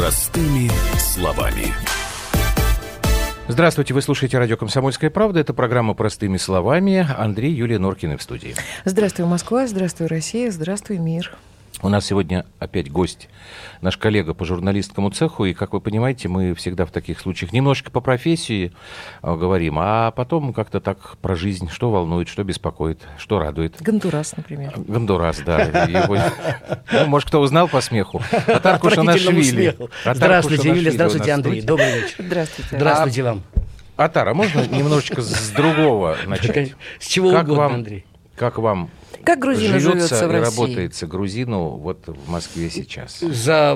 Простыми словами. Здравствуйте, вы слушаете радио «Комсомольская правда». Это программа «Простыми словами». Андрей, Юлия Норкины в студии. Здравствуй, Москва, здравствуй, Россия, здравствуй, мир. У нас сегодня опять гость, наш коллега по журналистскому цеху. И, как вы понимаете, мы всегда в таких случаях немножко по профессии говорим, а потом как-то так про жизнь, что волнует, что беспокоит, что радует. Гондурас, например. Гондурас, да. Может, кто узнал по смеху? Атар Кушанашвили. Здравствуйте, Юлия, здравствуйте, Андрей. Добрый вечер. Здравствуйте. Здравствуйте вам. Атар, а можно немножечко с другого начать? С чего угодно, Андрей. Как вам как грузину живется в и России? работается грузину вот в Москве сейчас? За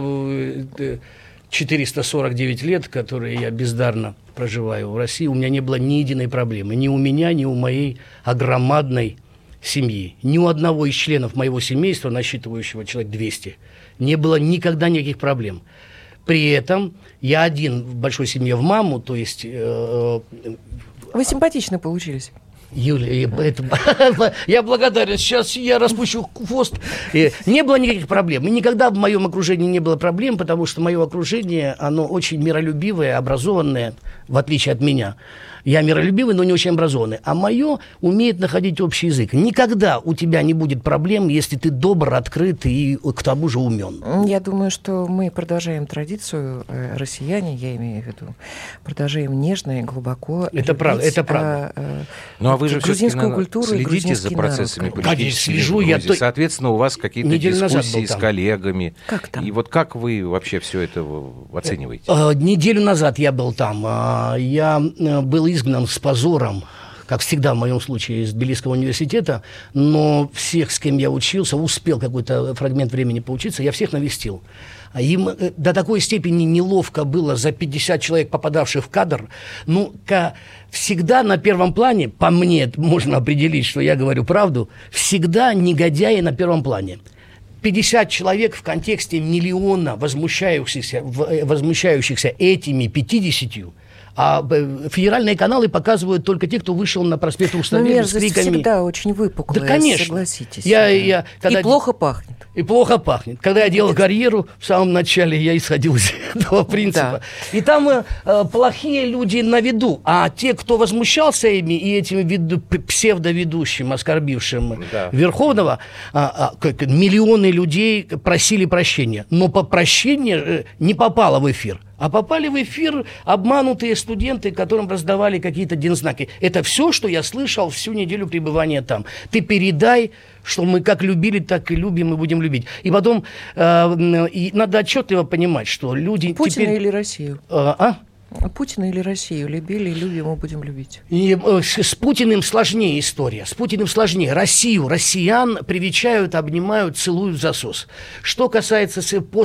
449 лет, которые я бездарно проживаю в России, у меня не было ни единой проблемы. Ни у меня, ни у моей огромадной семьи. Ни у одного из членов моего семейства, насчитывающего человек 200, не было никогда никаких проблем. При этом я один в большой семье в маму, то есть... Вы симпатично получились. Юлия, я благодарен. Сейчас я распущу хвост. Не было никаких проблем. И никогда в моем окружении не было проблем, потому что мое окружение, оно очень миролюбивое, образованное, в отличие от меня. Я миролюбивый, но не очень образованный. А мое умеет находить общий язык. Никогда у тебя не будет проблем, если ты добр, открыт и к тому же умен. Я думаю, что мы продолжаем традицию, россияне, я имею в виду, продолжаем нежно и глубоко это правда, это правда. Ну, а вы же грузинскую культуру следите за процессами политическими слежу, в Грузии. Соответственно, у вас какие-то дискуссии с коллегами. Как там? И вот как вы вообще все это оцениваете? Неделю назад я был там. Я был изгнан с позором, как всегда в моем случае, из Тбилисского университета, но всех, с кем я учился, успел какой-то фрагмент времени поучиться, я всех навестил. Им до такой степени неловко было за 50 человек, попадавших в кадр. Ну, всегда на первом плане, по мне можно определить, что я говорю правду, всегда негодяи на первом плане. 50 человек в контексте миллиона возмущающихся этими 50, а федеральные каналы показывают только тех, кто вышел на проспект Руставели с криками. Всегда очень выпуклая, да, конечно. Согласитесь. И плохо пахнет. И плохо пахнет. Когда я делал карьеру, в самом начале я исходил из этого принципа. Да. И там плохие люди на виду, а те, кто возмущался ими и этим псевдоведущим, оскорбившим Верховного, миллионы людей просили прощения. Но прощение не попало в эфир. А попали в эфир обманутые студенты, которым раздавали какие-то дензнаки. Это все, что я слышал всю неделю пребывания там. Ты передай, что мы как любили, так и любим и будем любить. И потом и надо отчетливо понимать, что люди... Путина или Россию? Путина или Россию любили, любим и будем любить. И с Путиным сложнее история. С Путиным сложнее. Россию, россиян привечают, обнимают, целуют в засос. Что касается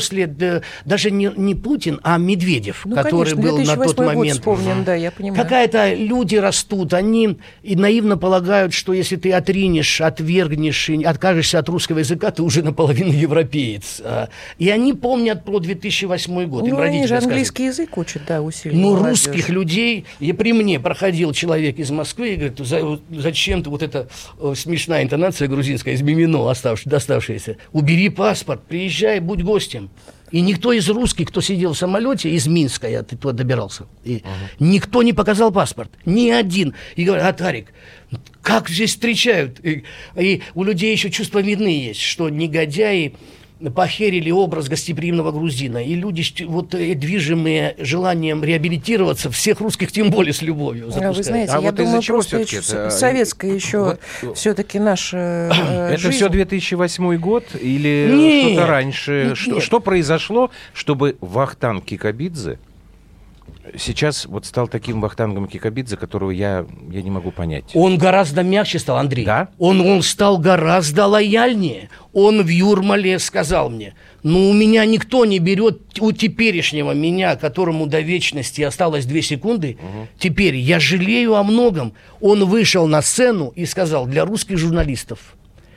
даже не Путин, а Медведев, который конечно, был на тот момент. Вспомним, да, я понимаю. Какая-то люди растут, они и наивно полагают, что если ты отринешь, отвергнешь и откажешься от русского языка, ты уже наполовину европеец. И они помнят про 2008 год. Им они же английский язык учат, да, усиленно. Ну, русских людей, и при мне проходил человек из Москвы и говорит, зачем-то вот эта смешная интонация грузинская из Мимино доставшаяся, убери паспорт, приезжай, будь гостем. И никто из русских, кто сидел в самолете из Минска, я туда добирался, никто не показал паспорт, ни один. И говорят, Атарик, как здесь встречают? И у людей еще чувство вины есть, что негодяи похерили образ гостеприимного грузина. И люди, движимые желанием реабилитироваться, всех русских тем более с любовью запускают. Вы знаете, я думаю, просто советская еще все-таки наша Это жизнь. все 2008 год или что-то раньше? Что произошло, чтобы Вахтанг Кикабидзе сейчас вот стал таким Вахтангом Кикабидзе, которого я не могу понять? Он гораздо мягче стал, Андрей. Да? Он стал гораздо лояльнее. Он в Юрмале сказал мне, у меня никто не берет у теперешнего меня, которому до вечности осталось 2 секунды. Теперь я жалею о многом. Он вышел на сцену и сказал, для русских журналистов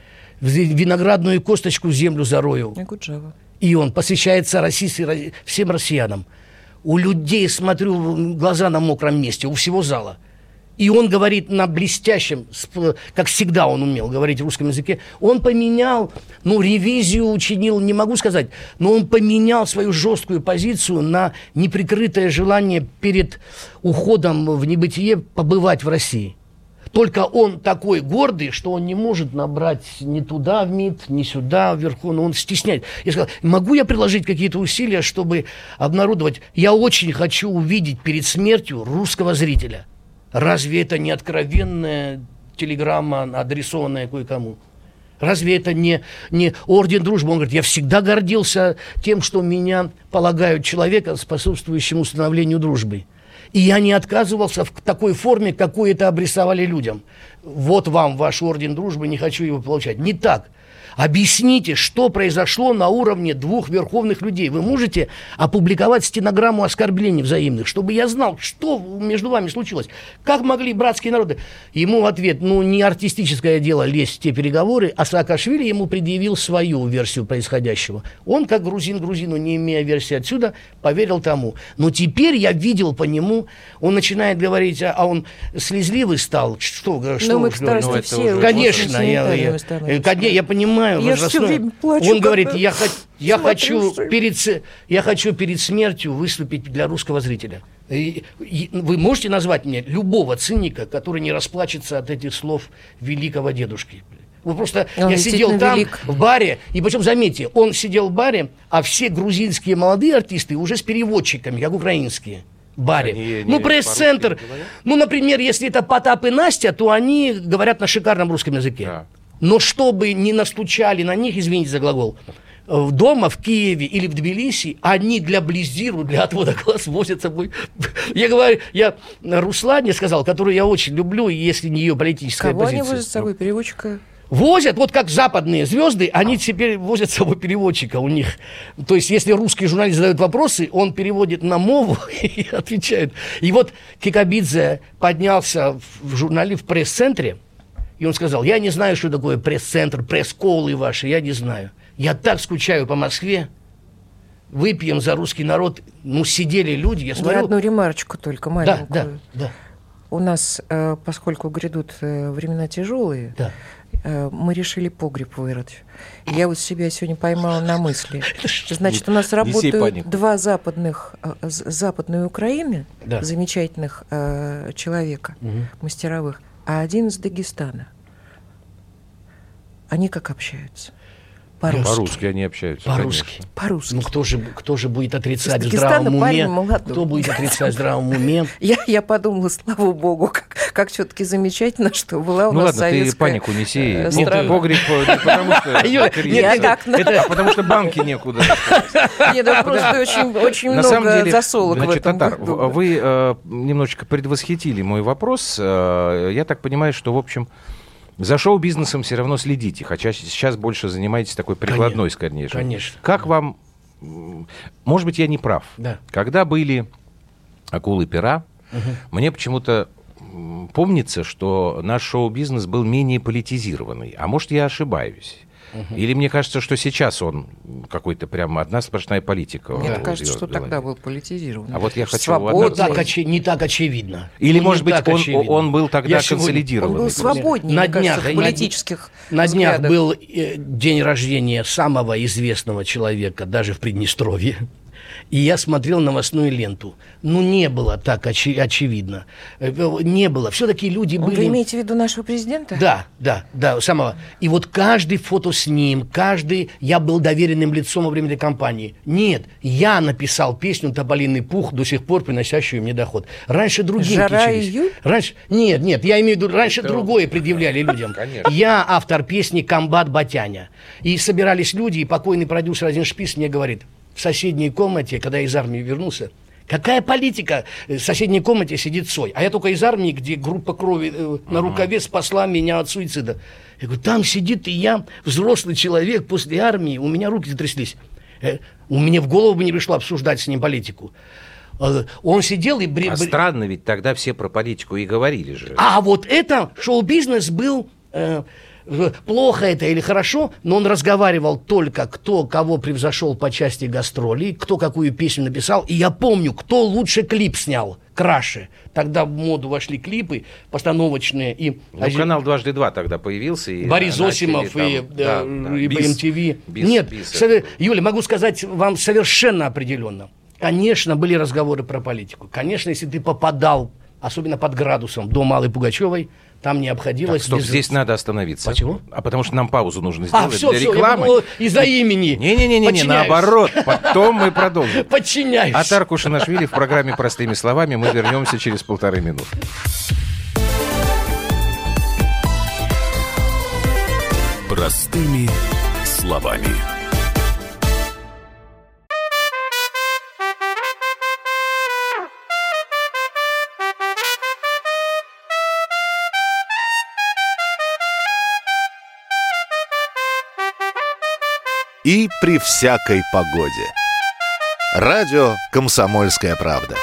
виноградную косточку в землю зарою. И он посвящается всем россиянам. У людей, смотрю, глаза на мокром месте, у всего зала. И он говорит на блестящем, как всегда он умел говорить в русском языке. Он поменял, ревизию учинил, не могу сказать, но он поменял свою жесткую позицию на неприкрытое желание перед уходом в небытие побывать в России. Только он такой гордый, что он не может набрать ни туда в МИД, ни сюда вверху, но он стесняет. Я сказал, могу я приложить какие-то усилия, чтобы обнародовать? Я очень хочу увидеть перед смертью русского зрителя. Разве это не откровенная телеграмма, адресованная кое-кому? Разве это не орден дружбы? Он говорит, я всегда гордился тем, что меня полагают человека, способствующим установлению дружбы. И я не отказывался в такой форме, какой это обрисовали людям. Вот вам ваш орден дружбы, не хочу его получать. Не так. Объясните, что произошло на уровне двух верховных людей. Вы можете опубликовать стенограмму оскорблений взаимных, чтобы я знал, что между вами случилось. Как могли братские народы? Ему в ответ, не артистическое дело лезть в те переговоры, а Саакашвили ему предъявил свою версию происходящего. Он, как грузин грузину, не имея версии отсюда, поверил тому. Но теперь я видел по нему, он начинает говорить, а он слезливый стал. Что мы, кстати, все конечно, я понимаю. Я все время плачу. Он говорит, я хочу перед смертью выступить для русского зрителя. Вы можете назвать мне любого циника, который не расплачется от этих слов великого дедушки? Я сидел там, в баре, и причем, заметьте, он сидел в баре, а все грузинские молодые артисты уже с переводчиками, как украинские. Баре. Пресс-центр. Например, если это Потап и Настя, то они говорят на шикарном русском языке. Да. Но чтобы не настучали на них, извините за глагол, дома в Киеве или в Тбилиси, они для близдиру, для отвода глаз возят с собой. Я Руслане сказал, которую я очень люблю, если не ее политическая позиция. Кого они возят с собой, переводчика? Возят, вот как западные звезды, они теперь возят с собой переводчика у них. То есть, если русский журналист задает вопросы, он переводит на мову и отвечает. И вот Кикабидзе поднялся в пресс-центре, и он сказал, я не знаю, что такое пресс-центр, пресс-колы ваши, я не знаю. Я так скучаю по Москве. Выпьем за русский народ. Сидели люди, я смотрю... одну ремарочку только маленькую. Да. У нас, поскольку грядут времена тяжелые, мы решили погреб вырыть. Я вот себя сегодня поймала на мысли. Значит, у нас работают два западные Украины, замечательных человека, мастеровых, а один из Дагестана. Они как общаются? По-русски они общаются. По-русски. Кто же будет отрицать в здравом уме? Кто будет отрицать в здравом уме? Я подумала, слава богу, как все-таки замечательно, что была у нас советская ты панику не сей. Погреб не потому что... А потому что банки некуда. Нет, просто очень много засолок в этом году. Вы немножечко предвосхитили мой вопрос. Я так понимаю, что, в общем... За шоу-бизнесом все равно следите, хотя сейчас больше занимаетесь такой прикладной, скорее. Конечно. Как вам... Может быть, я не прав. Да. Когда были «Акулы-пера», мне почему-то помнится, что наш шоу-бизнес был менее политизированный. А может, я ошибаюсь. Или мне кажется, что сейчас он какой-то прям одна сплошная политика. Мне кажется, что тогда был политизирован. А вот я хочу... Не так очевидно. Или, может быть, он был тогда консолидирован. Он был свободнее, на днях, в политических На днях был день рождения самого известного человека, даже в Приднестровье. И я смотрел новостную ленту. Не было так очевидно. Не было. Все-таки люди были... Вы имеете в виду нашего президента? Да, самого. И вот каждый фотосним, я был доверенным лицом во время этой кампании. Нет, я написал песню «Тополиный пух», до сих пор приносящую мне доход. Раньше другие кичились. Нет, я имею в виду, раньше другое предъявляли людям. Конечно. Я автор песни «Комбат Батяня». И собирались люди, и покойный продюсер один Шпис мне говорит... В соседней комнате, когда я из армии вернулся, какая политика? В соседней комнате сидит Цой. А я только из армии, где группа крови на рукаве спасла меня от суицида. Я говорю, там сидит и я, взрослый человек после армии, у меня руки затряслись. У меня в голову бы не пришло обсуждать с ним политику. Он сидел и... странно, ведь тогда все про политику и говорили же. А вот это шоу-бизнес был... плохо это или хорошо, но он разговаривал только, кто кого превзошел по части гастролей, кто какую песню написал. И я помню, кто лучше клип снял, краше. Тогда в моду вошли клипы постановочные. И канал «Дважды два» тогда появился. И Борис Зосимов и MTV. Нет, Юля, могу сказать вам совершенно определенно. Конечно, были разговоры про политику. Конечно, если ты попадал, особенно под градусом, до Малой Пугачевой, там не обходилось... Так, здесь надо остановиться. Почему? Потому что нам паузу нужно сделать все, для рекламы. Я из-за имени. Не, наоборот. Потом мы продолжим. Подчиняюсь. Атар Кушанашвили в программе «Простыми словами». Мы вернемся через 1,5 минуты. Простыми словами. И при всякой погоде. Радио «Комсомольская правда».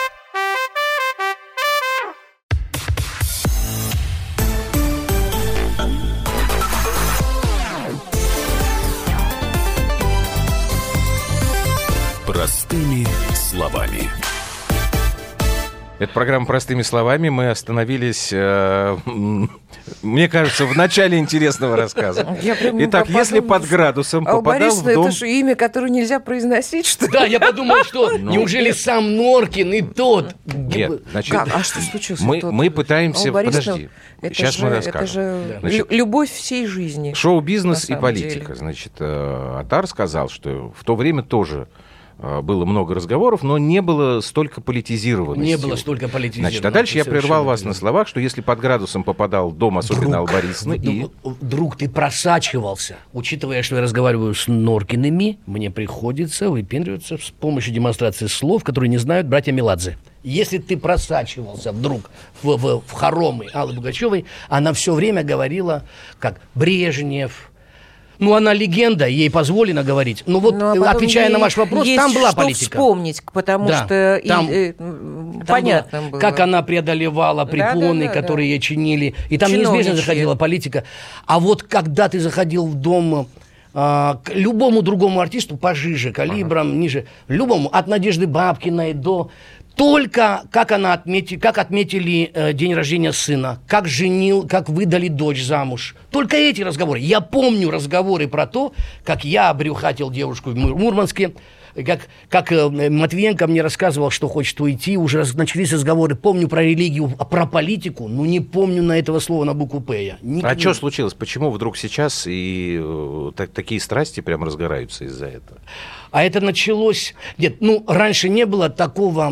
Простыми словами. Это программа «Простыми словами». Мы остановились, мне кажется, в начале интересного рассказа. Итак, если под градусом попадал в дом... это же имя, которое нельзя произносить, что ли? Да, я подумал, что неужели сам Норкин и тот... Нет, значит... А что случилось? Мы пытаемся... Подожди, сейчас мы расскажем. Это же любовь всей жизни. Шоу-бизнес и политика. Значит, Атар сказал, что в то время тоже... было много разговоров, но не было столько политизированности. Не было столько политизированности. Значит, а дальше я прервал вас на словах, что если под градусом попадал дом, особенно Аллы Борисовны... Друг, ты просачивался. Учитывая, что я разговариваю с Норкиными, мне приходится выпендриваться с помощью демонстрации слов, которые не знают братья Меладзе. Если ты просачивался вдруг в хоромы Аллы Пугачевой, она все время говорила, как Брежнев... Ну, она легенда, ей позволено говорить. Ну, вот, отвечая на ваш вопрос, там была политика. Вспомнить, потому что понятно было. Как она преодолевала препоны, которые ей чинили. И там неизбежно заходила политика. А вот когда ты заходил в дом... к любому другому артисту пожиже, калибром, ниже, любому, от Надежды Бабкиной до... Только как отметили день рождения сына, как выдали дочь замуж. Только эти разговоры. Я помню разговоры про то, как я обрюхатил девушку в Мурманске, как Матвиенко мне рассказывал, что хочет уйти, уже начались разговоры. Помню про религию, про политику, но не помню на этого слова на букву «П». А что случилось? Почему вдруг сейчас и такие страсти прям разгораются из-за этого? А это началось... Нет, раньше не было такого...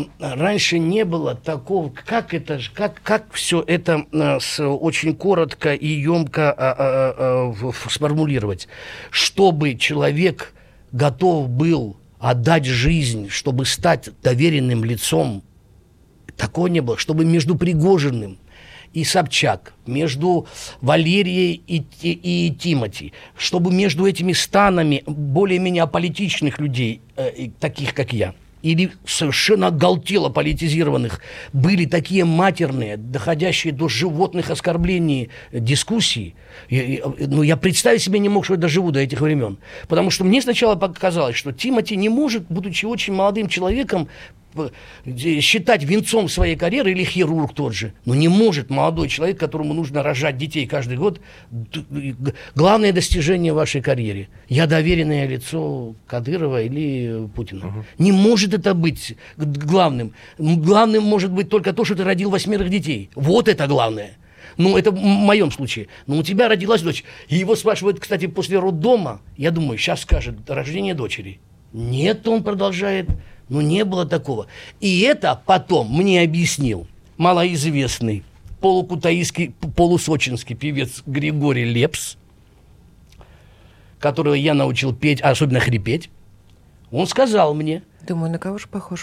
Как все это очень коротко и емко сформулировать? Чтобы человек готов был отдать жизнь, чтобы стать доверенным лицом, такого не было. Чтобы между Пригожиным и Собчак, между Валерией и Тимати, чтобы между этими станами более-менее аполитичных людей, таких как я, или совершенно оголтело политизированных, были такие матерные, доходящие до животных оскорблений дискуссии, я представить себе не мог, что я доживу до этих времен. Потому что мне сначала показалось, что Тимати не может, будучи очень молодым человеком, считать венцом своей карьеры, или хирург тот же, но не может молодой человек, которому нужно рожать детей каждый год, главное достижение в вашей карьере. Я доверенное лицо Кадырова или Путина. Не может это быть главным. Главным может быть только то, что ты родил 8 детей. Вот это главное. Это в моем случае. Но у тебя родилась дочь. И его спрашивают, кстати, после роддома. Я думаю, сейчас скажет рождение дочери. Нет, он продолжает. Не было такого. И это потом мне объяснил малоизвестный полукутаистский, полусочинский певец Григорий Лепс, которого я научил петь, особенно хрипеть. Он сказал мне... Думаю, на кого же похож?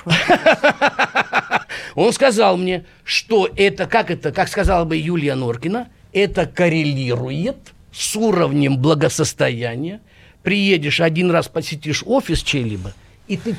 Он сказал мне, что как сказала бы Юлия Норкина, это коррелирует с уровнем благосостояния. Приедешь один раз, посетишь офис чей-либо, и ты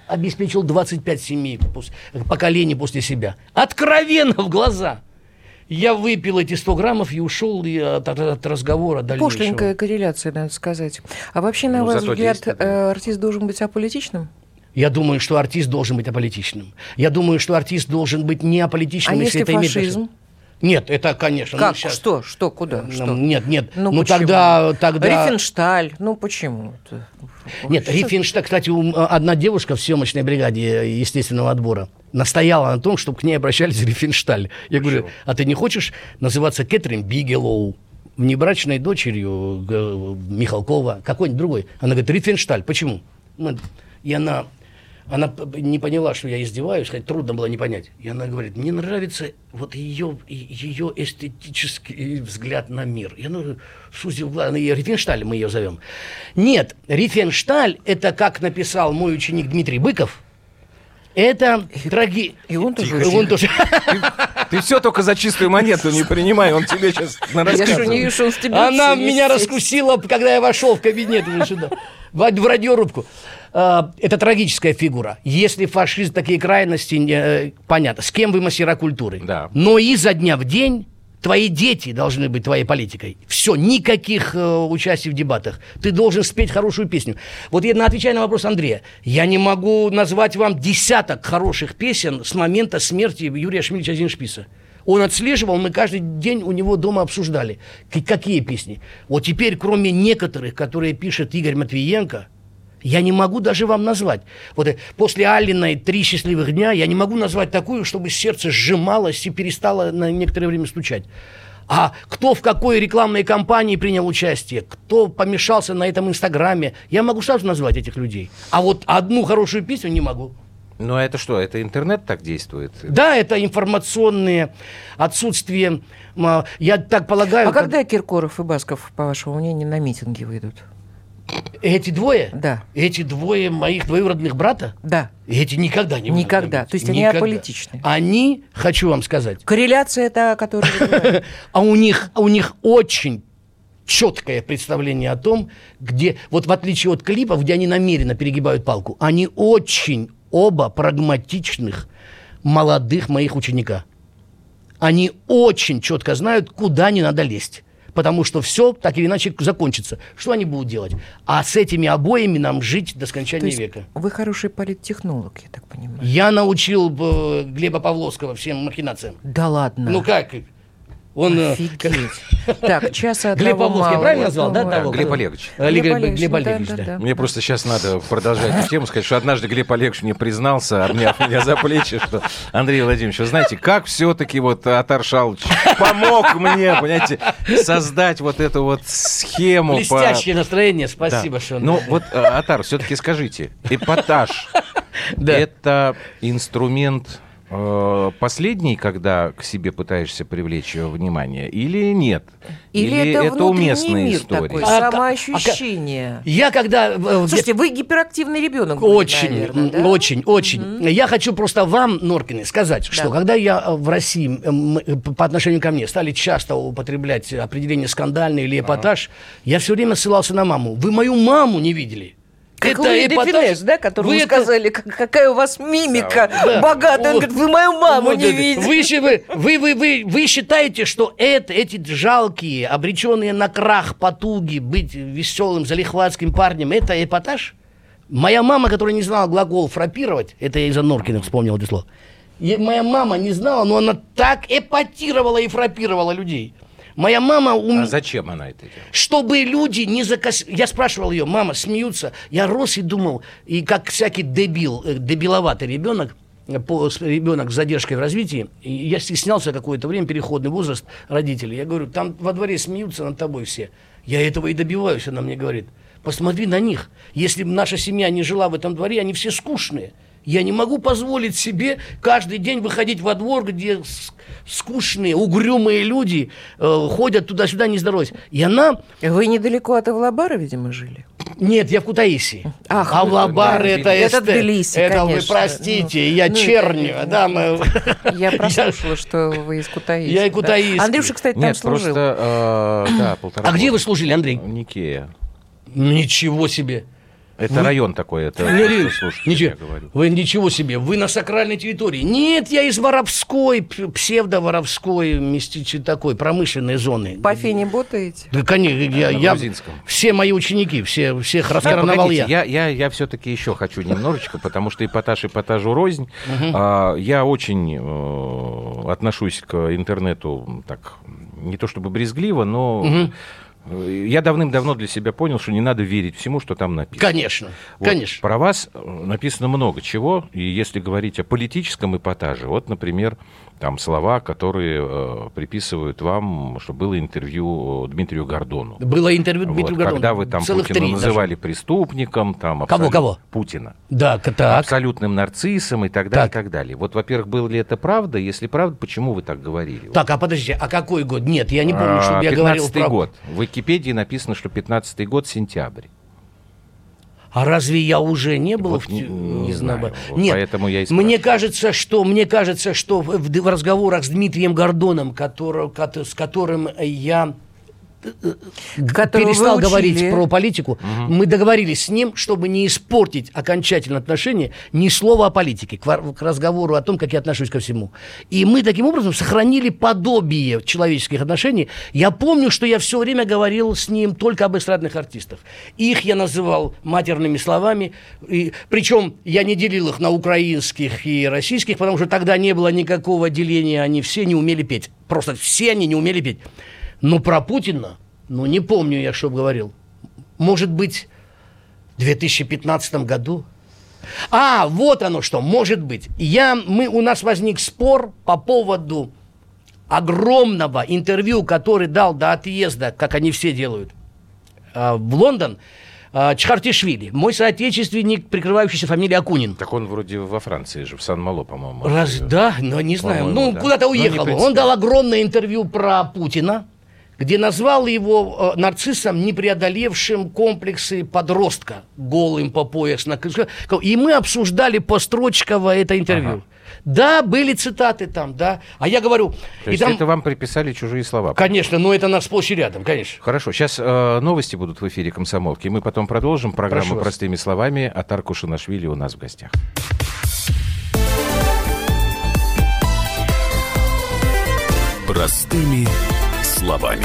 обеспечил 25 семей, поколений после себя. Откровенно в глаза. Я выпил эти 100 граммов и ушел от разговора дальнейшего. Пошленькая корреляция, надо сказать. А вообще, на ваш взгляд, артист должен быть аполитичным? Я думаю, что артист должен быть аполитичным. Я думаю, что артист должен быть не аполитичным, если это фашизм? Имеет... Нет, это, конечно... Как? Сейчас... Что? Куда? Что? Нет. Ну тогда... Рифеншталь. Ну, почему? Нет, Рифеншталь, кстати, одна девушка в съемочной бригаде естественного отбора настояла на том, чтобы к ней обращались Рифеншталь. Я говорю, а ты не хочешь называться Кэтрин Бигелоу, внебрачной дочерью Михалкова, какой-нибудь другой? Она говорит, Рифеншталь. Почему? И она не поняла, что я издеваюсь, хотя трудно было не понять. И она говорит, мне нравится вот ее эстетический взгляд на мир. Я сузив глаза, Рифеншталь мы ее зовем. Нет, Рифеншталь, это, как написал мой ученик Дмитрий Быков, это И он тоже. Ты все только за чистую монету не принимай, он тебе сейчас рассказывает. Она меня раскусила, когда я вошел в кабинет сюда, в радиорубку. Это трагическая фигура. Если фашизм, такие крайности, понятно. С кем вы мастера культуры? Да. Но изо дня в день твои дети должны быть твоей политикой. Все, никаких участий в дебатах. Ты должен спеть хорошую песню. Вот я отвечаю на вопрос Андрея. Я не могу назвать вам десяток хороших песен с момента смерти Юрия Шмильевича Зиншписа. Он отслеживал, мы каждый день у него дома обсуждали, какие песни. Вот теперь, кроме некоторых, которые пишет Игорь Матвиенко, я не могу даже вам назвать. Вот после Алиной «Три счастливых дня» я не могу назвать такую, чтобы сердце сжималось и перестало на некоторое время стучать. А кто в какой рекламной кампании принял участие, кто помешался на этом Инстаграме, я могу сразу назвать этих людей. А вот одну хорошую песню не могу. Ну, это что, это интернет так действует? Да, это информационное отсутствие, я так полагаю... А когда Киркоров и Басков, по вашему мнению, на митинги выйдут? Эти двое? Да. Эти двое моих двоюродных брата? Да. Эти никогда не будут. Никогда. То есть они аполитичны. Они, хочу вам сказать... Корреляция это, о которой вы говорите. А у них очень четкое представление о том, где... Вот в отличие от клипов, где они намеренно перегибают палку, они очень оба прагматичных молодых моих ученика. Они очень четко знают, куда не надо лезть. Потому что все так или иначе закончится. Что они будут делать? А с этими обоими нам жить до скончания века. Вы хороший политтехнолог, я так понимаю. Я научил Глеба Павловского всем махинациям. Да ладно? Ну как? Он... Офигеть. Так, часа Глеб Павловский, я правильно назвал, да? Глеб Олегович. Глеб Олегович, да. Мне просто сейчас надо продолжать эту тему, сказать, что однажды Глеб Олегович мне признался, обняв меня за плечи, что, Андрей Владимирович, вы знаете, как все-таки вот Атар Шалыч помог мне, понимаете, создать вот эту вот схему. Блестящее настроение, спасибо, да. Ну вот, Атар, все-таки скажите, эпатаж – это инструмент... последний, когда к себе пытаешься привлечь его внимание, или нет? Или это уместная мир история? Такой, самоощущение. Я когда... Слушайте, вы гиперактивный ребенок. Очень, наверное, да? очень. Я хочу просто вам, Норкины, сказать, что когда я в России по отношению ко мне стали часто употреблять определение скандальный или эпатаж, я все время ссылался на маму. Вы мою маму не видели? Как Луи де Финес, да, которому сказали, какая у вас мимика богатая. Он говорит, вы мою маму не видели. Вы считаете, что эти жалкие, обреченные на крах потуги быть веселым, залихватским парнем, это эпатаж? Моя мама, которая не знала глагол фрапировать, это я из-за Норкина вспомнил это слово, моя мама не знала, но она так эпатировала и фрапировала людей. Моя мама... А зачем она это делала? Чтобы люди не закосили... Я спрашивал ее, мама, смеются. Я рос и думал, и как всякий дебиловатый ребенок с задержкой в развитии, и я стеснялся какое-то время, переходный возраст родителей. Я говорю, там во дворе смеются над тобой все. Я этого и добиваюсь, она мне говорит. Посмотри на них. Если бы наша семья не жила в этом дворе, они все скучные. Я не могу позволить себе каждый день выходить во двор, где скучные, угрюмые люди ходят туда-сюда, не здороваясь. И она... Вы недалеко от Авлабара, видимо, жили? Нет, я в Кутаиси. Авлабар это Тбилиси, это вы простите, я черню. Я прослушала, что вы из Кутаиси. Я и Кутаиси. Андрюша, кстати, там служил. А где вы служили, Андрей? Никея. Ничего себе. Это район такой, это ничего, вы ничего себе, вы на сакральной территории. Нет, я из воровской, псевдо-воровской, такой, промышленной зоны. По Фене ботаете? Да, конечно, я все мои ученики, всех раскарновал я. Я все-таки еще хочу немножечко, потому что эпатажу рознь. Я очень отношусь к интернету так, не то чтобы брезгливо, но... Я давным-давно для себя понял, что не надо верить всему, что там написано. Конечно, конечно. Про вас написано много чего, и если говорить о политическом эпатаже, вот, например, там слова, которые приписывают вам, что было интервью Дмитрию Гордону. Было интервью Дмитрию Гордону. Когда вы там Путина называли преступником, там, Кого? Путина. Да, так. Абсолютным нарциссом и так далее, и так далее. Вот, во-первых, было ли это правда? Если правда, почему вы так говорили? Так, а подождите, а какой год? Нет, я не помню, чтобы я говорил про... 15-й год. В Википедии написано, что 15-й год, сентябрь. А разве я уже не был вот не знаю. Вот нет, поэтому я и мне кажется, что в разговорах с Дмитрием Гордоном, с которым я перестал говорить про политику, мы договорились с ним, чтобы не испортить окончательно отношения, ни слова о политике, к разговору о том, как я отношусь ко всему. И мы таким образом сохранили подобие человеческих отношений. Я помню, что я все время говорил с ним только об эстрадных артистах. Их я называл матерными словами, причем я не делил их на украинских и российских, потому что тогда не было никакого деления, они все не умели петь. Просто все они не умели петь. Но про Путина, не помню я, что говорил. Может быть, в 2015 году? Вот оно что, может быть. У нас возник спор по поводу огромного интервью, который дал до отъезда, как они все делают, в Лондон, Чхартишвили, мой соотечественник, прикрывающийся фамилией Акунин. Так он вроде во Франции же, в Сан-Мало, по-моему. Да, но не знаю. Да. Куда-то уехал. Он дал огромное интервью про Путина, где назвал его нарциссом, не преодолевшим комплексы подростка, голым по пояс. И мы обсуждали построчково это интервью. Да, были цитаты там, да. А я говорю... То есть это вам приписали чужие слова? Конечно, но это нас сплошь и рядом, конечно. Хорошо, сейчас новости будут в эфире «Комсомолки». Мы потом продолжим программу «Простыми словами». Атар Кушанашвили у нас в гостях. Простыми словами.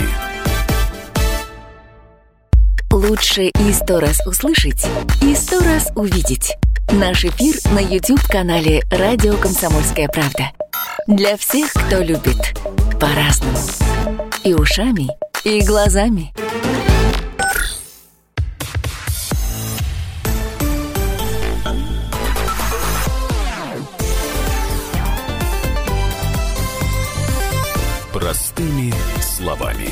Лучше и 100 раз услышать, и 100 раз увидеть. Наш эфир на YouTube-канале «Радио Комсомольская правда». Для всех, кто любит по-разному. И ушами, и глазами. Простыми словами.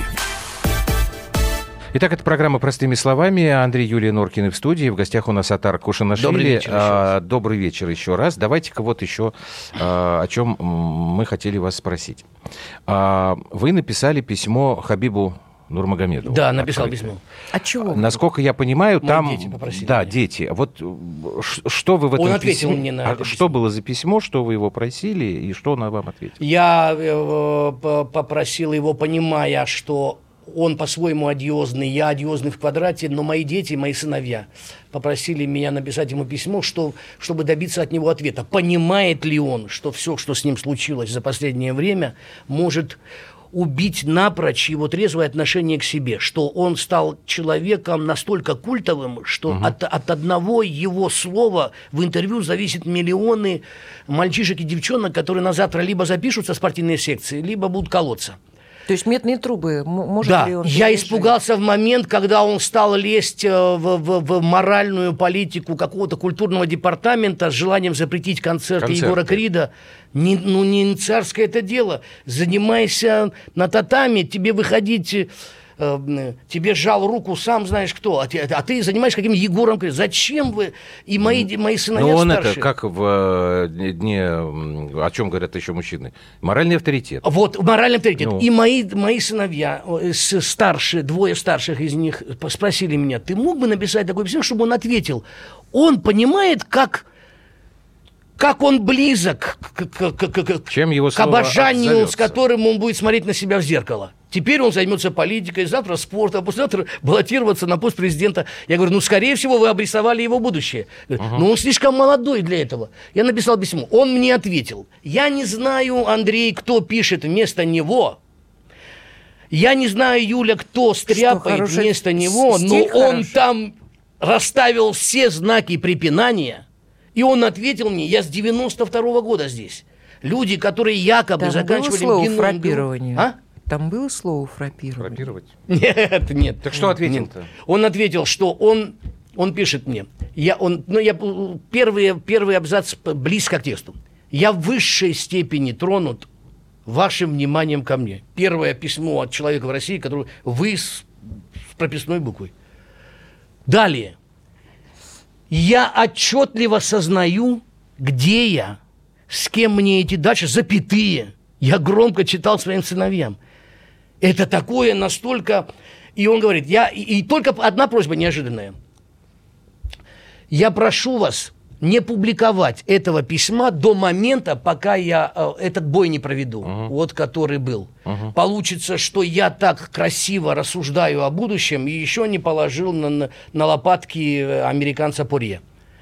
Итак, это программа «Простыми словами». Андрей, Юлия Норкины в студии. В гостях у нас Атар Кушанашвили. Добрый вечер еще раз. Добрый вечер еще раз. Давайте-ка вот еще о чем мы хотели вас спросить. Вы написали письмо Хабибу Нурмагомедову. Да, написал письмо. А чего? Насколько я понимаю, там... Дети попросили. Да, дети. Вот что вы в этом Он ответил письме... мне на это Что было за письмо, что вы его просили, и что он вам ответил? Я попросил его, понимая, что он по-своему одиозный, я одиозный в квадрате, но мои дети, мои сыновья попросили меня написать ему письмо, чтобы добиться от него ответа. Понимает ли он, что все, что с ним случилось за последнее время, может убить напрочь его трезвое отношение к себе, что он стал человеком настолько культовым, что от одного его слова в интервью зависят миллионы мальчишек и девчонок, которые на завтра либо запишутся в спортивные секции, либо будут колоться. То есть медные трубы, может да, ли он... я испугался в момент, когда он стал лезть в моральную политику какого-то культурного департамента с желанием запретить концерты Егора Крида. Не царское это дело. Занимайся на татами, тебе выходить... тебе сжал руку сам знаешь кто, а ты занимаешься каким Егором Кридом. Зачем вы? И мои сыновья он старшие. Это как в дне, о чем говорят еще мужчины, моральный авторитет. Вот, моральный авторитет. И мои сыновья, двое старших из них спросили меня, ты мог бы написать такое письмо, чтобы он ответил? Он понимает, как как он близок к обожанию, с которым он будет смотреть на себя в зеркало. Теперь он займется политикой, завтра спортом, а послезавтра баллотироваться на пост президента. Я говорю, скорее всего, вы обрисовали его будущее. Но он слишком молодой для этого. Я написал письмо. Он мне ответил. Я не знаю, Андрей, кто пишет вместо него. Я не знаю, Юля, кто стряпает вместо него, но он там расставил все знаки препинания. И он ответил мне, я с 92-го года здесь. Люди, которые якобы заканчивали гимназию. Там было слово фраппировать? Нет. Так что ответил-то? Он ответил, что он пишет мне. Первый абзац близко к тексту. Я в высшей степени тронут вашим вниманием ко мне. Первое письмо от человека в России, которое вы с прописной буквой. Далее. Я отчетливо сознаю, где я, с кем мне идти дальше, запятые. Я громко читал своим сыновьям. Это такое настолько... И он говорит, и только одна просьба неожиданная. Я прошу вас не публиковать этого письма до момента, пока я этот бой не проведу, вот который был. Получится, что я так красиво рассуждаю о будущем и еще не положил на лопатки американца Порье.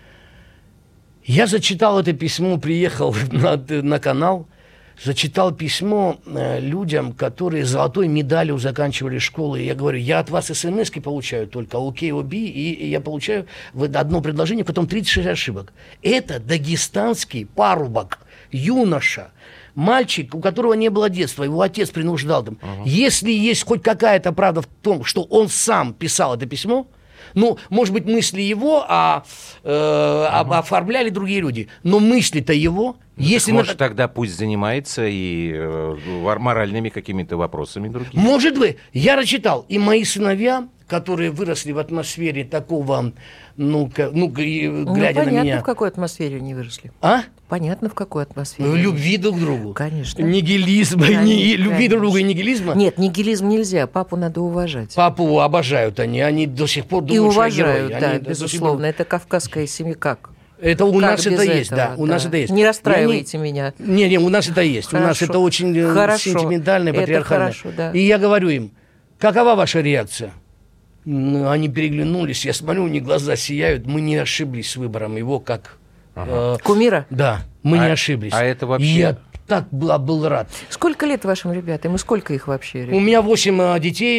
Я зачитал это письмо, приехал на канал, зачитал письмо людям, которые золотой медалью заканчивали школу. И я говорю, я от вас смс-ки получаю только ОК-ОБ, и я получаю одно предложение, потом 36 ошибок. Это дагестанский парубок, юноша, мальчик, у которого не было детства, его отец принуждал там. Если есть хоть какая-то правда в том, что он сам писал это письмо, может быть, мысли его оформляли другие люди, но мысли-то его... Если может, тогда пусть занимается и моральными какими-то вопросами другими. Может быть. Я прочитал. И мои сыновья, которые выросли в атмосфере такого, глядя на меня... Понятно, в какой атмосфере они выросли. Понятно, в какой атмосфере. В любви друг к другу. Конечно. Нигилизма, любви друг к другу и нигилизма. Нет, нигилизм нельзя, папу надо уважать. Папу обожают они до сих пор думают, и уважают, что я герой. Да, безусловно. Это кавказская семья как? Это у нас это есть, да. У нас это есть. Не расстраивайте меня. Не, у нас это есть. Хорошо. У нас это очень сентиментально, патриархально. Это хорошо, да. И я говорю им, какова ваша реакция? Они переглянулись, я смотрю, у них глаза сияют. Мы не ошиблись с выбором его как... Кумира? Да, мы не ошиблись. А это вообще... Я так был рад. Сколько лет вашим ребятам? И сколько их вообще? У меня 8 детей,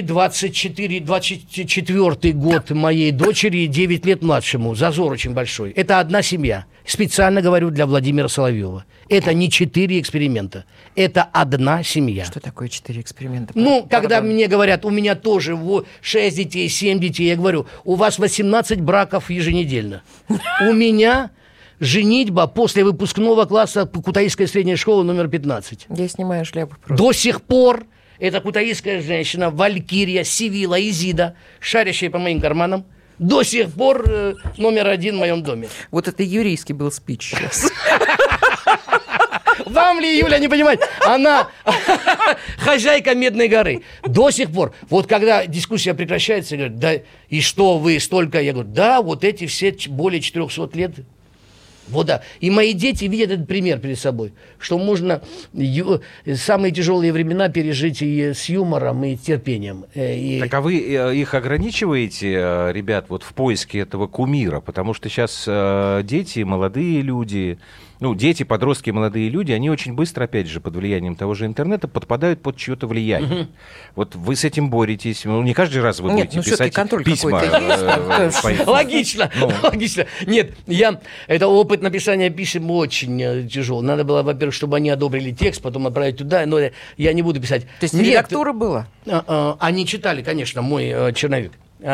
24-й год моей дочери, 9 лет младшему. Зазор очень большой. Это одна семья. Специально говорю для Владимира Соловьева. Это не 4 эксперимента. Это одна семья. Что такое 4 эксперимента? Когда мне говорят, у меня тоже 6 детей, 7 детей, я говорю, у вас 18 браков еженедельно. У меня... женитьба после выпускного класса Кутаисской средней школы номер 15. Я снимаю шляпу просто. До сих пор эта кутаисская женщина, Валькирия, Сивила, Изида, шарящая по моим карманам, до сих пор номер 1 в моем доме. Вот это еврейский был спич сейчас. Вам ли, Юля, не понимать? Она хозяйка Медной горы. До сих пор. Вот когда дискуссия прекращается, говорят, да, и что вы столько? Я говорю, да, вот эти все более 400 лет. Вот да. И мои дети видят этот пример перед собой, что можно самые тяжелые времена пережить и с юмором, и терпением. Так а вы их ограничиваете, ребят, вот в поиске этого кумира? Потому что сейчас дети, молодые люди, дети, подростки, молодые люди, они очень быстро, опять же, под влиянием того же интернета подпадают под чье-то влияние. Вот вы с этим боретесь. Не каждый раз вы будете писать письма. Логично. Нет, это опыт написания писем очень тяжелый. Надо было, во-первых, чтобы они одобрили текст, потом отправить туда, но я не буду писать. То есть редактура была? Они читали, конечно, мой черновик.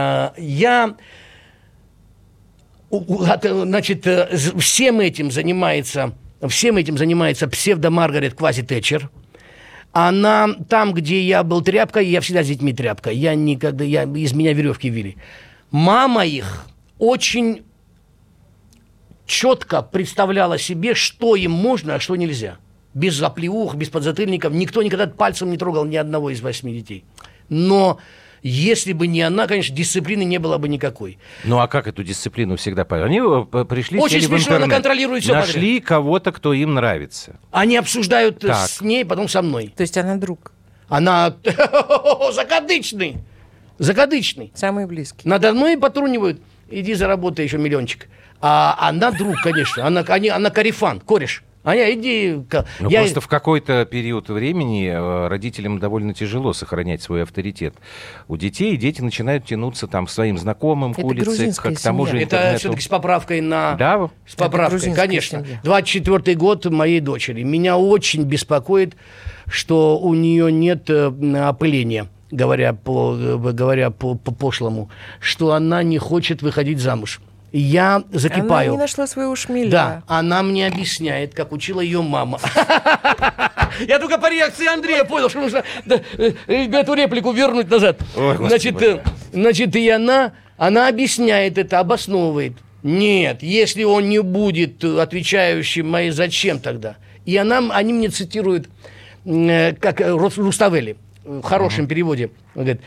Значит, всем этим занимается псевдо-Маргарет Квази-Тэтчер. Она там, где я был тряпкой, я всегда с детьми тряпка. Из меня веревки вили. Мама их очень четко представляла себе, что им можно, а что нельзя. Без заплеух, без подзатыльников. Никто никогда пальцем не трогал ни одного из 8 детей. Но Если бы не она, конечно, дисциплины не было бы никакой. Ну, а как эту дисциплину всегда... Они пришли, очень сели в интернет, смешно, она контролирует все нашли подряд. Кого-то, кто им нравится. Они обсуждают с ней, потом со мной. То есть она друг? Она закадычный. Самый близкий. Надо мной потрунивают. Иди заработай еще миллиончик. А она друг, конечно. Она корефан, кореш. А я иди... Просто в какой-то период времени родителям довольно тяжело сохранять свой авторитет у детей, и дети начинают тянуться там к своим знакомым, к улице, к тому же интернету. Это все-таки с поправкой на... Да? С поправкой, конечно. 24-й год моей дочери. Меня очень беспокоит, что у нее нет опыления, говоря по-пошлому, что она не хочет выходить замуж. Я закипаю. Она не нашла своего шмеля. Да, она мне объясняет, как учила ее мама. Я только по реакции Андрея понял, что нужно эту реплику вернуть назад. Значит, и она объясняет это, обосновывает. Нет, если он не будет отвечающим моей, зачем тогда? И они мне цитируют, как Руставели. В хорошем переводе. Он говорит,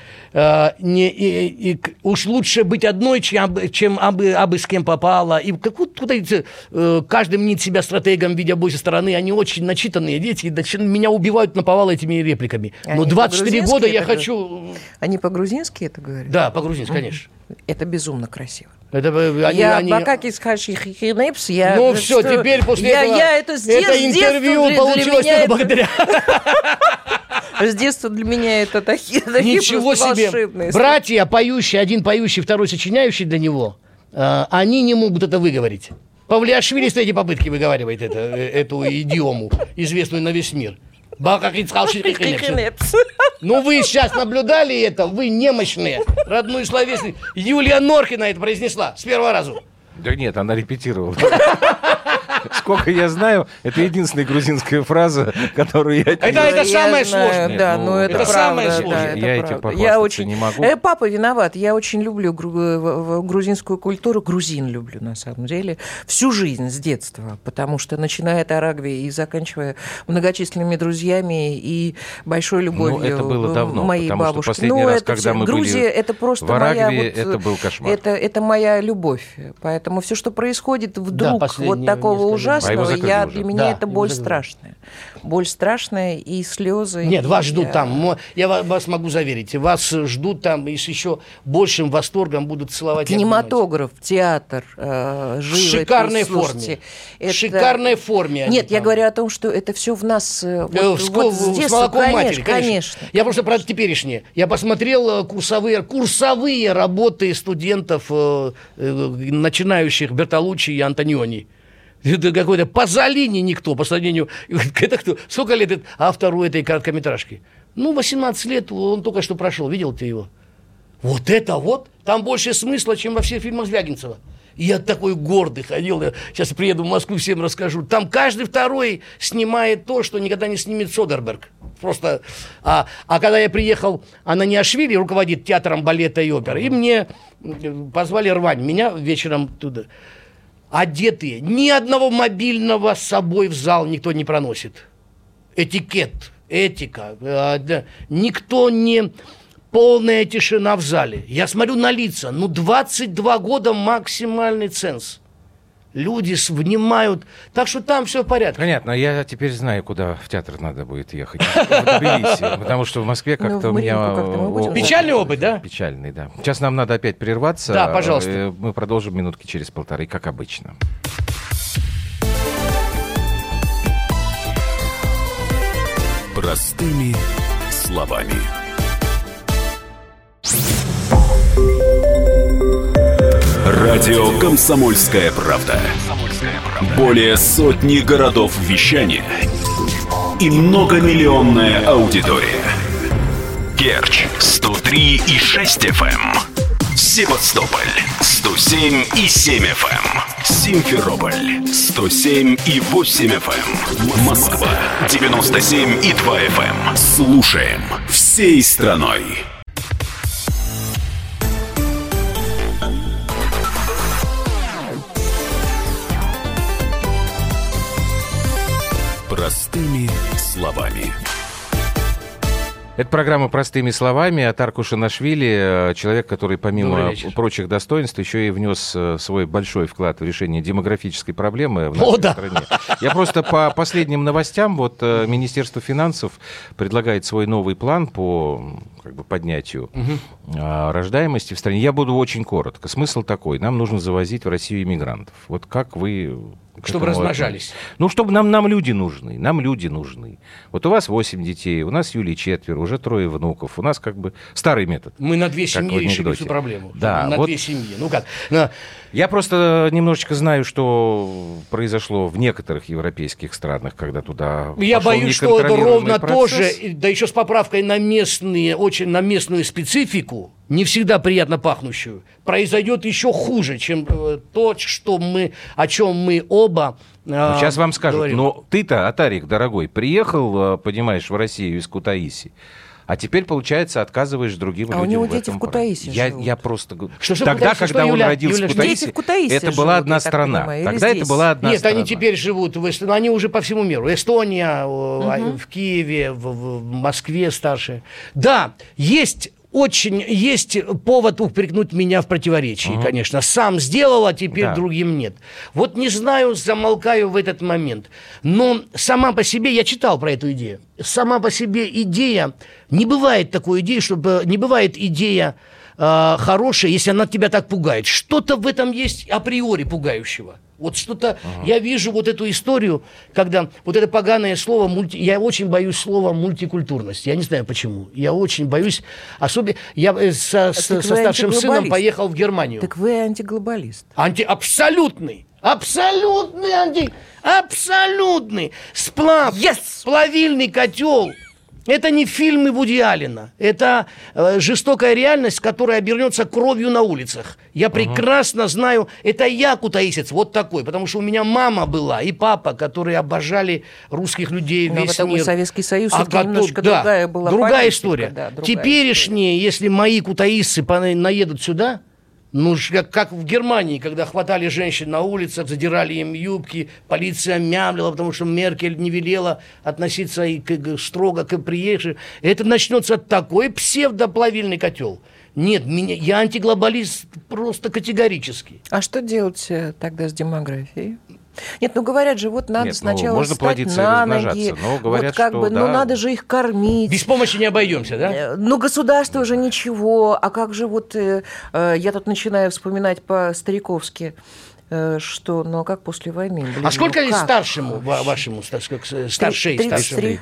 уж лучше быть одной, чем абы с кем попало. И каждый мнит себя стратегом, видя бой со стороны. Они очень начитанные дети, меня убивают наповал этими репликами. Но 24 года я хочу... Они по-грузински это говорят? Да, по-грузински, конечно. Это безумно красиво. Ну все, теперь после этого... Это интервью получилось только благодаря... С детства для меня это такие ничего себе. Волшебные. Братья, поющие, один поющий, второй сочиняющий для него, они не могут это выговорить. Павлиашвили с третьей попытки выговаривает эту идиому, известную на весь мир. Ну вы сейчас наблюдали это, вы немощные. Родную словесность. Юлия Норкина это произнесла с первого раза. Да нет, она репетировала. Сколько я знаю, это единственная грузинская фраза, которую я... Это самое сложное. Да, ну это самое сложное. Я этим похвастаться не могу. Папа виноват. Я очень люблю грузинскую культуру. Грузин люблю, на самом деле. Всю жизнь, с детства. Потому что, начиная от Арагви и заканчивая многочисленными друзьями и большой любовью моей бабушки. Это было давно, потому что последний раз, когда мы Грузия, это просто в Арагви, это был кошмар. Это моя любовь. Поэтому все, что происходит вдруг вот такого ужасного, для меня это боль страшная. Боль страшная и слезы. Нет, вас ждут там. Я вас могу заверить. Вас ждут там и с еще большим восторгом будут целовать. Кинематограф, театр, живопись. В шикарной форме. В шикарной форме. Нет, я говорю о том, что это все в нас с детства. Конечно. Я просто про теперешнее. Я посмотрел курсовые работы студентов, начинающих Бертолуччи и Антониони. Это какой-то Пазолини никто по сравнению... Это кто? Сколько лет автору этой короткометражки? 18 лет, он только что прошел. Видел ты его? Вот это вот! Там больше смысла, чем во всех фильмах Звягинцева. И я такой гордый ходил. Я сейчас приеду в Москву, всем расскажу. Там каждый второй снимает то, что никогда не снимет Содерберг. Просто... А когда я приехал, Ананиашвили руководит театром балета и оперы, и мне позвали рвать меня вечером туда. Одетые. Ни одного мобильного с собой в зал никто не проносит. Этикет, этика. Никто не... Полная тишина в зале. Я смотрю на лица. 22 года максимальный ценз. Люди внимают. Так что там все в порядке. Понятно. Я теперь знаю, куда в театр надо будет ехать. В Тбилиси. Потому что в Москве как-то у меня... Печальный опыт, да? Печальный, да. Сейчас нам надо опять прерваться. Да, пожалуйста. Мы продолжим минутки через полторы, как обычно. Простыми словами. Радио «Комсомольская правда». Более сотни городов вещания и многомиллионная аудитория. Керчь 103,6 FM, Севастополь 107,7 FM, Симферополь 107,8 FM, Москва 97,2 FM. Слушаем всей страной. Простыми словами. Это программа «Простыми словами» от Аркушанашвили, человек, который помимо прочих достоинств еще и внес свой большой вклад в решение демографической проблемы в нашей стране. Я просто по последним новостям, вот Министерство финансов предлагает свой новый план по поднятию рождаемости в стране. Я буду очень коротко. Смысл такой. Нам нужно завозить в Россию иммигрантов. Вот как вы... Чтобы размножались. Ну, чтобы нам люди нужны. Нам люди нужны. Вот у вас 8 детей, у нас Юлии 4, уже 3 внуков. У нас старый метод. Мы на 2 семьи решили всю проблему. Да, на 2 семьи. Ну как? Я просто немножечко знаю, что произошло в некоторых европейских странах, когда туда Я боюсь, что это ровно то же, да еще с поправкой на местную специфику, не всегда приятно пахнущую, произойдет еще хуже, чем то, о чем мы оба сейчас вам скажут, говорим. Но ты-то, Атарик, дорогой, приехал, понимаешь, в Россию из Кутаиси, а теперь, получается, отказываешь другим людям. А у него дети в Кутаиси живут. Я просто... Что тогда, когда он родился в Кутаиси, это была одна страна. Тогда это была одна страна. Нет, они теперь живут в Эстонии, они уже по всему миру. Эстония, в Киеве, в Москве старшие. Да, есть повод упрекнуть меня в противоречии, конечно. Сам сделал, а теперь другим нет. Вот не знаю, замолкаю в этот момент. Но сама по себе, я читал про эту идею, сама по себе идея, не бывает такой идеи, не бывает идея хорошая, если она тебя так пугает. Что-то в этом есть априори пугающего. Вот что-то, я вижу вот эту историю, когда вот это поганое слово, я очень боюсь слова мультикультурность. Я не знаю почему. Я очень боюсь, особенно, я со старшим сыном поехал в Германию. Так вы антиглобалист. Абсолютный сплав, плавильный котел. Это не фильмы Вуди Аллена. Это жестокая реальность, которая обернется кровью на улицах. Я прекрасно знаю, это я кутаисец, вот такой. Потому что у меня мама была и папа, которые обожали русских людей весь мир. Советский Союз, немножко другая была другая история. Да, теперешние, если мои кутаисцы наедут сюда... Ну, как в Германии, когда хватали женщин на улицах, задирали им юбки, полиция мямлила, потому что Меркель не велела относиться строго к приезжим. Это начнется такой псевдоплавильный котел. Нет, я антиглобалист просто категорически. А что делать тогда с демографией? Нет, говорят же, вот надо сначала можно встать на ноги, но говорят, что надо же их кормить. Без помощи не обойдемся, да? Государство уже ничего, а как же я тут начинаю вспоминать по-стариковски, что, как после войны? А сколько лет старшему вашему, старшей? 33.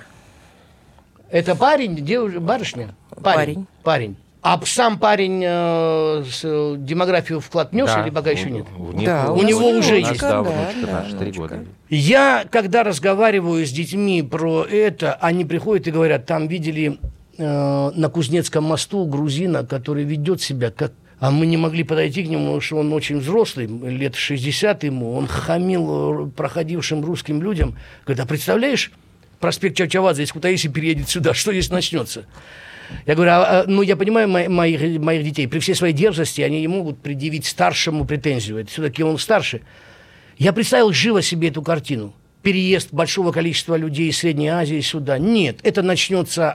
Это парень, девушка, барышня? Парень. А сам парень демографию вклад внес или пока еще нет? Да, у него уже есть. 4 года. Я, когда разговариваю с детьми про это, они приходят и говорят, там видели на Кузнецком мосту грузина, который ведет себя как... А мы не могли подойти к нему, потому что он очень взрослый, лет 60 ему, он хамил проходившим русским людям. Говорит, а представляешь, проспект Чавчавадзе из Кутаиси переедет сюда, что здесь начнется? Я говорю, я понимаю моих детей, при всей своей дерзости они не могут предъявить старшему претензию, это все-таки он старше. Я представил живо себе эту картину. Переезд большого количества людей из Средней Азии сюда. Нет, это начнется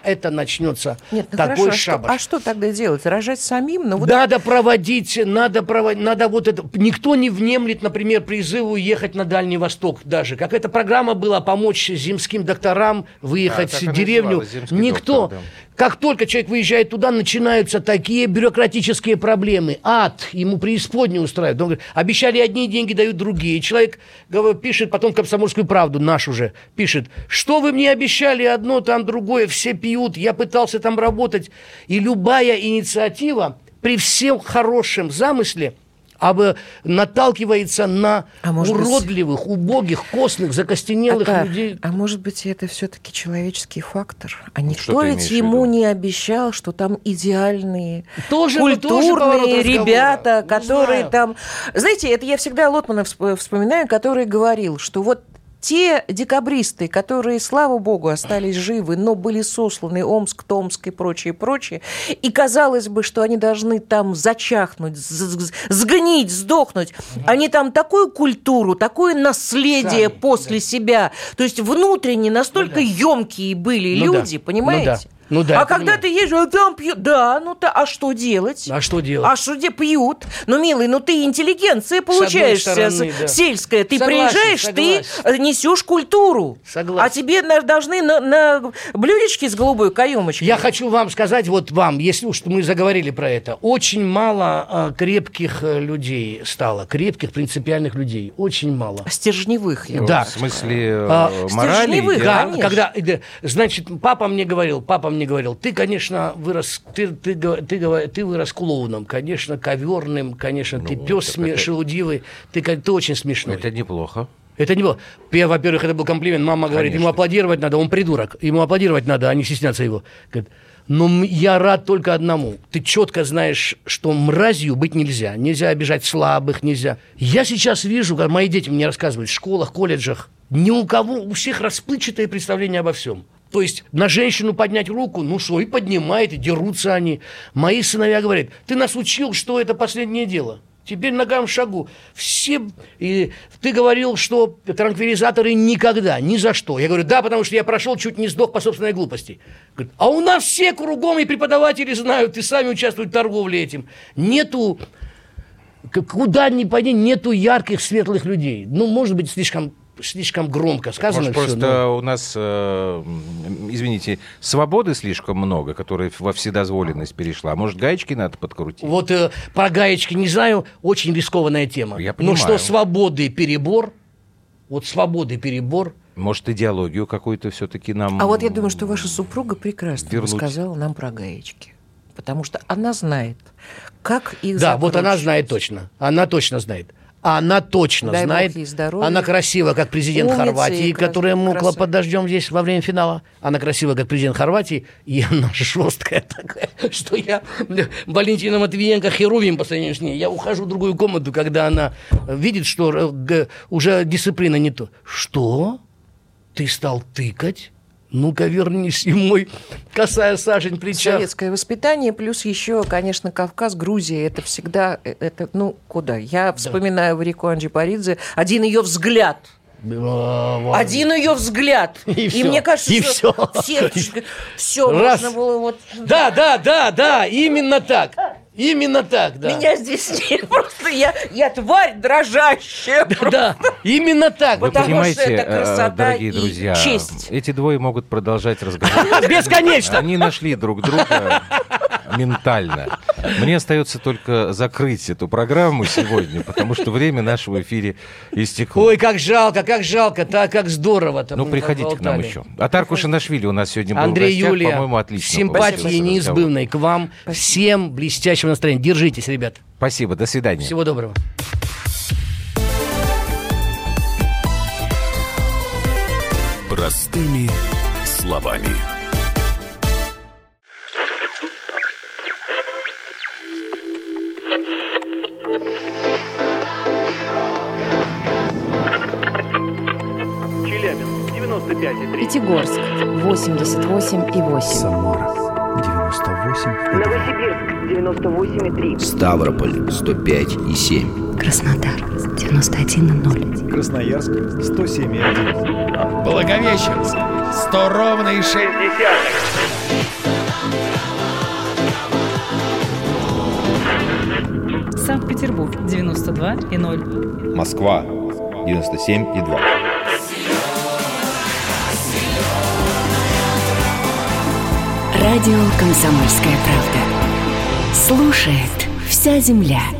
такой шабаш. А что тогда делать? Рожать самим? Надо проводить, вот это. Никто не внемлет, например, призыву ехать на Дальний Восток даже. Как эта программа была, помочь земским докторам выехать в деревню. Никто. Доктор, да. Как только человек выезжает туда, начинаются такие бюрократические проблемы. Ад ему преисподнюю устраивает. Он говорит, обещали одни деньги, дают другие. Человек пишет потом «Комсомольскую правду», наш уже, пишет, что вы мне обещали одно, там другое, все пьют, я пытался там работать. И любая инициатива при всем хорошем замысле наталкивается на уродливых, убогих, костных, закостенелых людей. А может быть, это все-таки человеческий фактор? А никто ведь ему не обещал, что там идеальные, культурные ребята, которые там... Знаете, это я всегда Лотмана вспоминаю, который говорил, что вот те декабристы, которые, слава богу, остались живы, но были сосланы Омск, Томск и прочее, и казалось бы, что они должны там зачахнуть, сгнить, сдохнуть, они там такую культуру, такое наследие после себя, то есть внутренне настолько емкие были люди, понимаете? Ну да. А когда ты едешь, там пьют. Да, а что делать? А что делать? А что где пьют? Ну, милый, ты интеллигенция получаешься сельская. Ты приезжаешь, ты несешь культуру. Согласен. А тебе должны на блюдечке с голубой каемочкой. Я хочу вам сказать, вот вам, если уж мы заговорили про это, очень мало крепких людей стало, крепких принципиальных людей. Очень мало. Стержневых. Да. В смысле морали? Да, когда, значит, папа мне говорил, ты, конечно, вырос, ты вырос клоуном, конечно, коверным, конечно, ты пес шелудивый, ты очень смешной. Это неплохо. Это не было. Во-первых, это был комплимент. Мама говорит, ему аплодировать надо, он придурок. Ему аплодировать надо, а не стесняться его. Говорит, но я рад только одному. Ты четко знаешь, что мразью быть нельзя. Нельзя обижать слабых, нельзя. Я сейчас вижу, как мои дети мне рассказывают, в школах, колледжах, ни у кого, у всех расплывчатое представление обо всем. То есть на женщину поднять руку, и поднимает, и дерутся они. Мои сыновья говорят, ты нас учил, что это последнее дело. Теперь ногам в шагу. И ты говорил, что транквилизаторы никогда, ни за что. Я говорю, да, потому что я прошел, чуть не сдох по собственной глупости. Говорит, а у нас все кругом, и преподаватели знают, и сами участвуют в торговле этим. Нету, куда ни пойди, нету ярких, светлых людей. Может быть, слишком громко сказано. Может, просто у нас, извините, свободы слишком много, которая во вседозволенность перешла. Может, гаечки надо подкрутить? Вот про гаечки не знаю, очень рискованная тема. Я понимаю. Но что свободы перебор, свободы перебор. Может, идеологию какую-то все-таки нам А вот я думаю, что ваша супруга прекрасно вернуть. Рассказала нам про гаечки. Потому что она знает, как их Да, вот она знает точно. Она точно знает. Она точно Дай знает. Бог ей здоровья. Она красива, как президент Умница Хорватии, которая мокла под дождем здесь во время финала. Она красива, как президент Хорватии. И она жесткая такая, что я... Валентина Матвиенко херувим по сравнению с ней. Я ухожу в другую комнату, когда она видит, что уже дисциплина не то. Что? Ты стал тыкать? Ну-ка, вернись, и мой косая сажень плеча. Советское воспитание, плюс еще, конечно, Кавказ, Грузия, это всегда, куда? Я вспоминаю Варику Анджипаридзе, один ее взгляд. Один ее взгляд. И мне кажется, и что все можно было Да, именно так. Именно так, да. Меня здесь нет, просто я тварь дрожащая. Да, именно так. Вы Потому понимаете, что это красота дорогие и друзья, честь. эти двое могут продолжать разговор. Бесконечно. Они нашли друг друга ментально. Мне остается только закрыть эту программу сегодня, потому что время нашего эфира истекло. Ой, как жалко, так как здорово. Приходите к нам еще. Атар Кушанашвили у нас сегодня был Андрей, в гостях, Юлия, по-моему, отлично. симпатии неизбывной к вам. Всем блестящего настроения. Держитесь, ребят. Спасибо, до свидания. Всего доброго. Простыми словами. Челябинск, 95,3. Пятигорск, 88,8. Самара, 98,2. Новосибирск, 98,3. Ставрополь, 105,7. Краснодар, 91,0. Красноярск, 107,1. Благовещенск, 100 ровно и 6. Санкт-Петербург, 92,0. Москва, 97,2. Радио «Комсомольская правда». Слушает вся земля.